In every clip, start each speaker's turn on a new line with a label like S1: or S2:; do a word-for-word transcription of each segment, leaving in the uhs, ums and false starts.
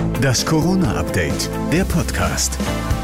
S1: Das Corona-Update, der Podcast.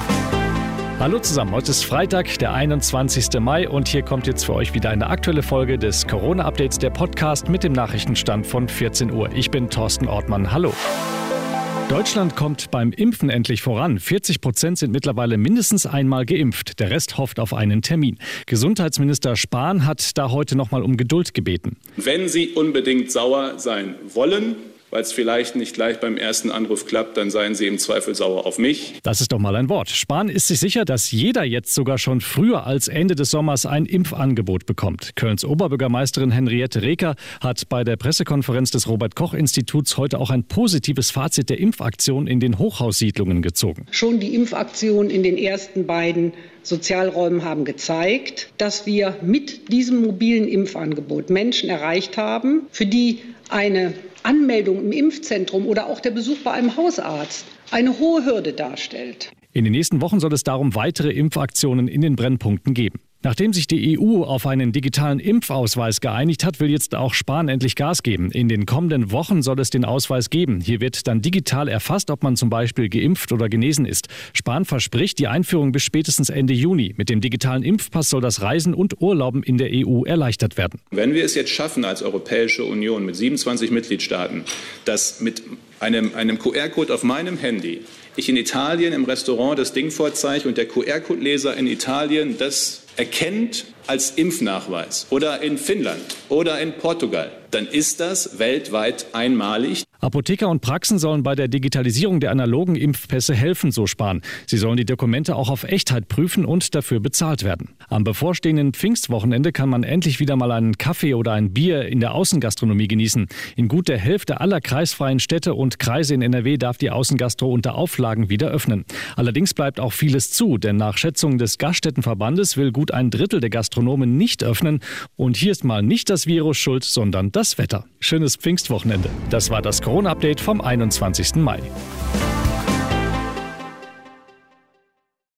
S2: Hallo zusammen, heute ist Freitag, der einundzwanzigster Mai und hier kommt jetzt für euch wieder eine aktuelle Folge des Corona-Updates, der Podcast mit dem Nachrichtenstand von vierzehn Uhr. Ich bin Thorsten Ortmann, hallo. Deutschland kommt beim Impfen endlich voran. vierzig Prozent sind mittlerweile mindestens einmal geimpft. Der Rest hofft auf einen Termin. Gesundheitsminister Spahn hat da heute noch mal um Geduld gebeten.
S3: Wenn Sie unbedingt sauer sein wollen, weil es vielleicht nicht gleich beim ersten Anruf klappt, dann seien Sie im Zweifel sauer auf mich.
S2: Das ist doch mal ein Wort. Spahn ist sich sicher, dass jeder jetzt sogar schon früher als Ende des Sommers ein Impfangebot bekommt. Kölns Oberbürgermeisterin Henriette Reker hat bei der Pressekonferenz des Robert-Koch-Instituts heute auch ein positives Fazit der Impfaktion in den Hochhaussiedlungen gezogen.
S4: Schon die Impfaktion in den ersten beiden Sozialräumen haben gezeigt, dass wir mit diesem mobilen Impfangebot Menschen erreicht haben, für die eine Anmeldung im Impfzentrum oder auch der Besuch bei einem Hausarzt eine hohe Hürde darstellt.
S2: In den nächsten Wochen soll es darum weitere Impfaktionen in den Brennpunkten geben. Nachdem sich die E U auf einen digitalen Impfausweis geeinigt hat, will jetzt auch Spahn endlich Gas geben. In den kommenden Wochen soll es den Ausweis geben. Hier wird dann digital erfasst, ob man zum Beispiel geimpft oder genesen ist. Spahn verspricht die Einführung bis spätestens Ende Juni. Mit dem digitalen Impfpass soll das Reisen und Urlauben in der E U erleichtert werden.
S3: Wenn wir es jetzt schaffen als Europäische Union mit siebenundzwanzig Mitgliedstaaten, dass mit einem, einem Q R-Code auf meinem Handy ich in Italien im Restaurant das Ding vorzeige und der Q R-Code-Leser in Italien das erkennt als Impfnachweis oder in Finnland oder in Portugal, dann ist das weltweit einmalig.
S2: Apotheker und Praxen sollen bei der Digitalisierung der analogen Impfpässe helfen, so Spahn. Sie sollen die Dokumente auch auf Echtheit prüfen und dafür bezahlt werden. Am bevorstehenden Pfingstwochenende kann man endlich wieder mal einen Kaffee oder ein Bier in der Außengastronomie genießen. In gut der Hälfte aller kreisfreien Städte und Kreise in N R W darf die Außengastro unter Auflagen wieder öffnen. Allerdings bleibt auch vieles zu, denn nach Schätzungen des Gaststättenverbandes will gut ein Drittel der Gastronomen nicht öffnen. Und hier ist mal nicht das Virus schuld, sondern das Wetter. Schönes Pfingstwochenende. Das war das Corona-Update vom einundzwanzigsten Mai.